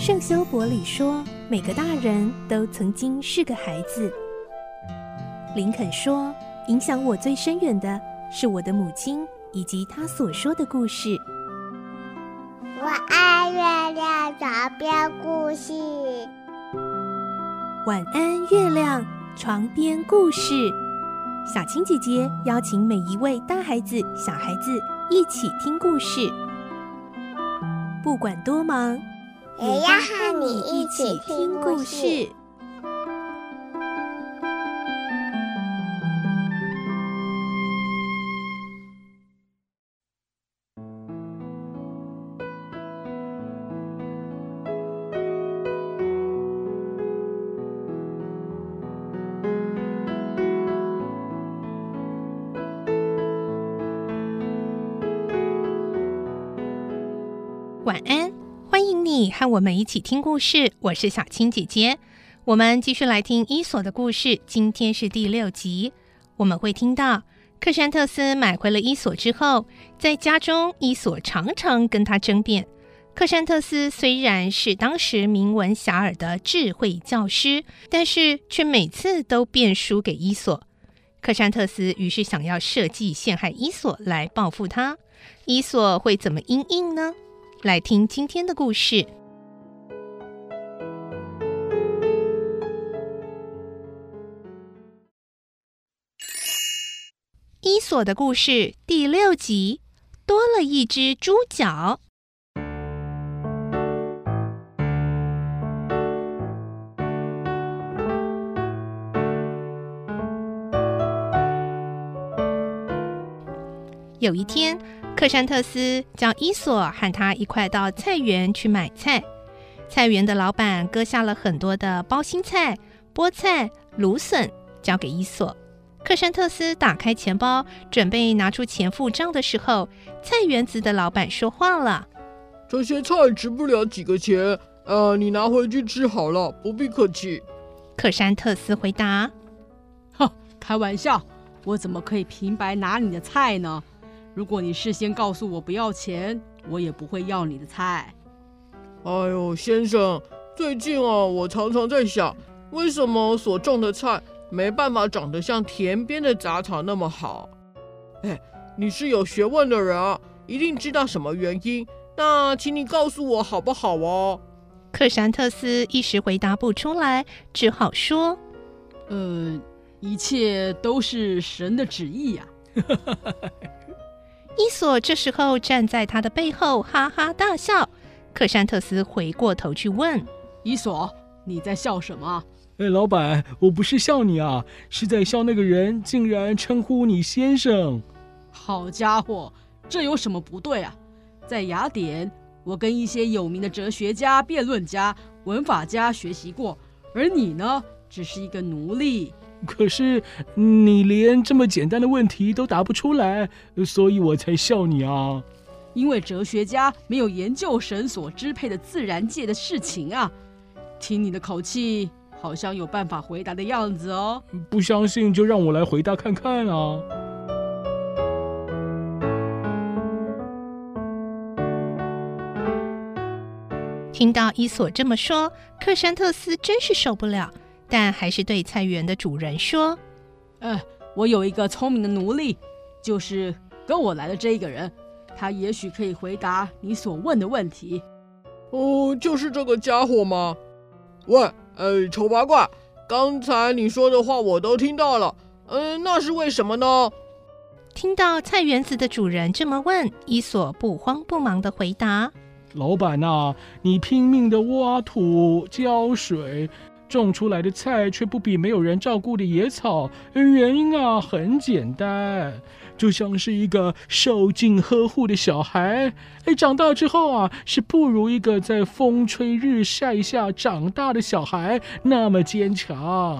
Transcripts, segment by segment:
圣修伯里说，每个大人都曾经是个孩子。林肯说，影响我最深远的是我的母亲以及她所说的故事。 我爱月亮床边故事。 晚安，月亮床边故事。小青姐姐邀请每一位大孩子、小孩子一起听故事，不管多忙， 也要和你一起听故事。 晚安，欢迎你和我们一起听故事，我是小青姐姐。我们继续来听伊索的故事，今天是第6集。我们会听到克珊特斯买回了伊索之后，在家中伊索常常跟他争辩。克珊特斯虽然是当时名闻遐迩的智慧教师，但是却每次都辩输给伊索。克珊特斯于是想要设计陷害伊索来报复他，伊索会怎么因应呢？来听今天的故事。伊索的故事第6集，多了一只猪脚。有一天，克珊特斯叫伊索和他一块到菜园去买菜。菜园的老板割下了很多的包心菜、菠菜、芦笋，交给伊索。克珊特斯打开钱包，准备拿出钱付账的时候，菜园子的老板说话了：“ 这些菜值不了几个钱，你拿回去吃好了，不必客气。” 克珊特斯回答：“ 开玩笑，我怎么可以平白拿你的菜呢？如果你事先告诉我不要钱，我也不会要你的菜。” 哎呦，先生，最近我常常在想，为什么所种的菜没办法长得像田边的杂草那么好？你是有学问的人啊，一定知道什么原因，那请你告诉我好不好哦？ 克珊特斯一时回答不出来，只好说：“ 一切都是神的旨意呀。” 伊索这时候站在他的背后，哈哈大笑。克珊特斯回过头去问：“ 伊索，你在笑什么？” 老板，我不是笑你啊，是在笑那个人竟然称呼你先生。 好家伙，这有什么不对啊？在雅典，我跟一些有名的哲学家、辩论家、文法家学习过，而你呢，只是一个奴隶。 可是你连这么简单的问题都答不出来，所以我才笑你啊。 因为哲学家没有研究神所支配的自然界的事情啊。听你的口气，好像有办法回答的样子哦。 不相信就让我来回答看看啊。 听到伊索这么说，克珊特斯真是受不了，但还是对菜园的主人说：“ 我有一个聪明的奴隶，就是跟我来的这个人，他也许可以回答你所问的问题。” 就是这个家伙吗？喂，丑八怪，刚才你说的话我都听到了，那是为什么呢？ 听到菜园子的主人这么问，伊索不慌不忙地回答：“ 老板啊，你拼命地挖土浇水，种出来的菜却不比没有人照顾的野草。原因很简单，就像是一个受尽呵护的小孩，长大之后是不如一个在风吹日晒下长大的小孩那么坚强。”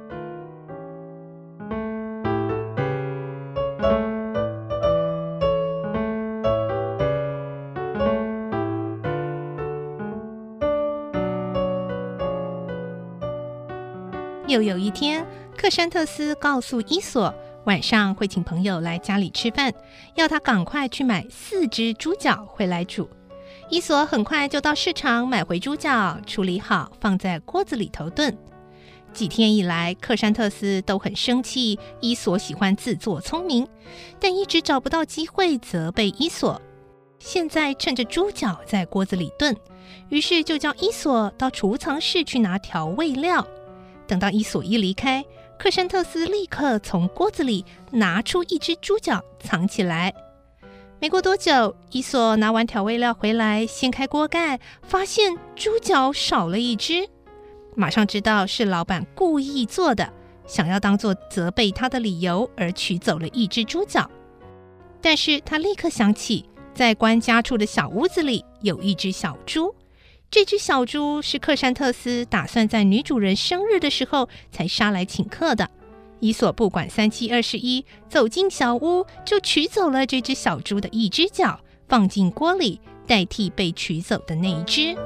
又有一天，克珊特斯告诉伊索，晚上会请朋友来家里吃饭，要他赶快去买4只猪脚回来煮。 伊索很快就到市场买回猪脚，处理好放在锅子里头炖。几天以来，克珊特斯都很生气，伊索喜欢自作聪明，但一直找不到机会责备伊索。现在趁着猪脚在锅子里炖，于是就叫伊索到储藏室去拿调味料。等到伊索一离开，克珊特斯立刻从锅子里拿出一只猪脚藏起来。没过多久，伊索拿完调味料回来，掀开锅盖，发现猪脚少了一只，马上知道是老板故意做的，想要当作责备他的理由而取走了一只猪脚。但是他立刻想起，在关家处的小屋子里有一只小猪，这只小猪是克珊特斯打算在女主人生日的时候才杀来请客的。伊索不管3721，走进小屋就取走了这只小猪的一只脚，放进锅里，代替被取走的那一只。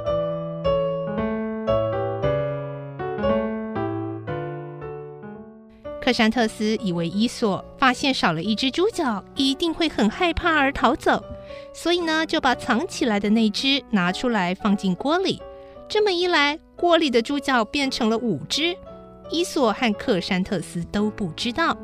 克珊特斯以为伊索发现少了一只猪脚，一定会很害怕而逃走，所以呢，就把藏起来的那只拿出来放进锅里。这么一来，锅里的猪脚变成了5只。伊索和克珊特斯都不知道。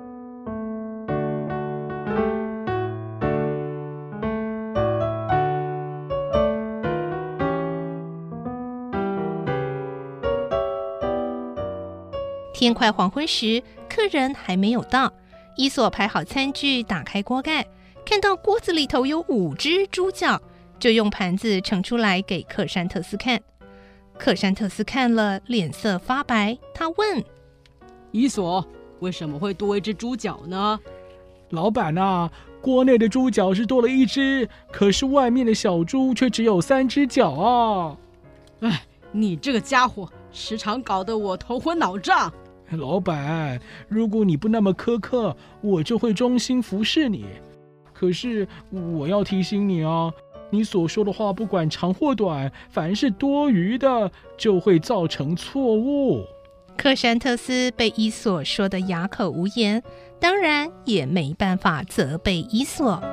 天快黄昏时，客人还没有到。伊索排好餐具，打开锅盖，看到锅子里头有5只猪脚，就用盘子盛出来给克珊特斯看。克珊特斯看了，脸色发白，他问： 伊索，为什么会多一只猪脚呢？ 老板啊，锅内的猪脚是多了一只，可是外面的小猪却只有3只脚啊！ 哎，你这个家伙，时常搞得我头昏脑胀。 老板，如果你不那么苛刻，我就会忠心服侍你。可是我要提醒你啊，你所说的话不管长或短，凡是多余的就会造成错误。 克珊特斯被伊索说得哑口无言，当然也没办法责备伊索。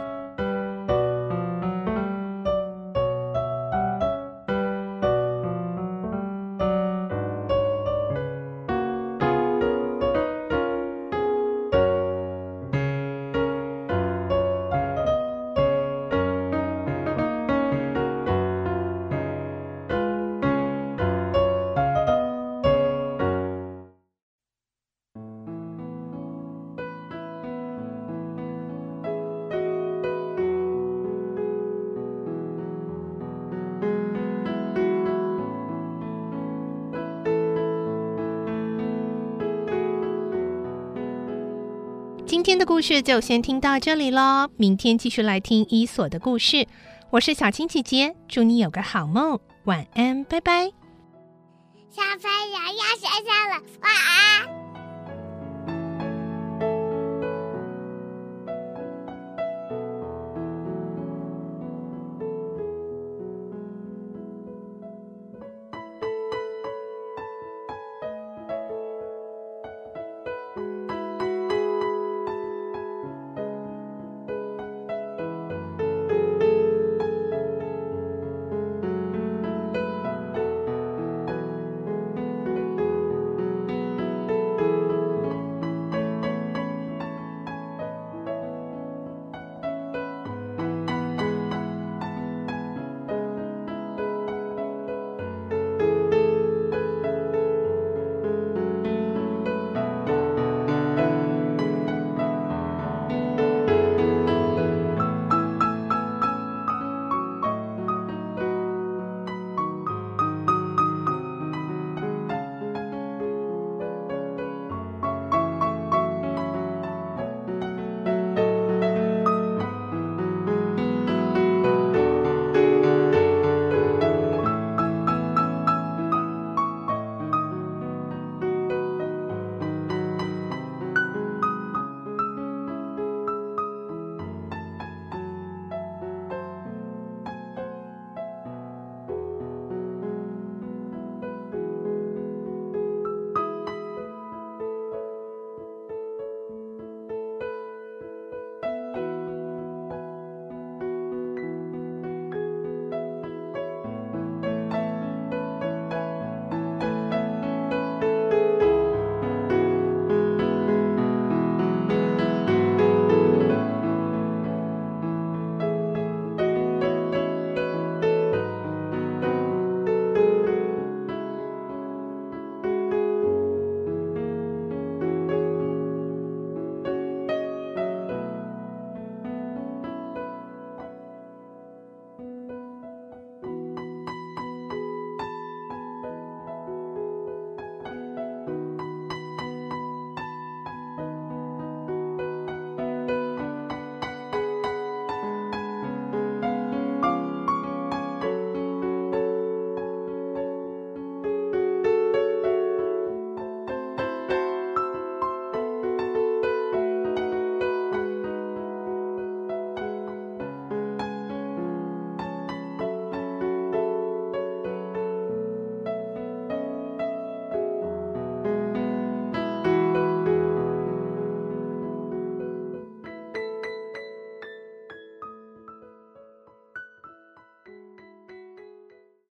今天的故事就先听到这里咯，明天继续来听伊索的故事。我是小青姐姐，祝你有个好梦，晚安，拜拜。 小朋友要睡觉了，晚安。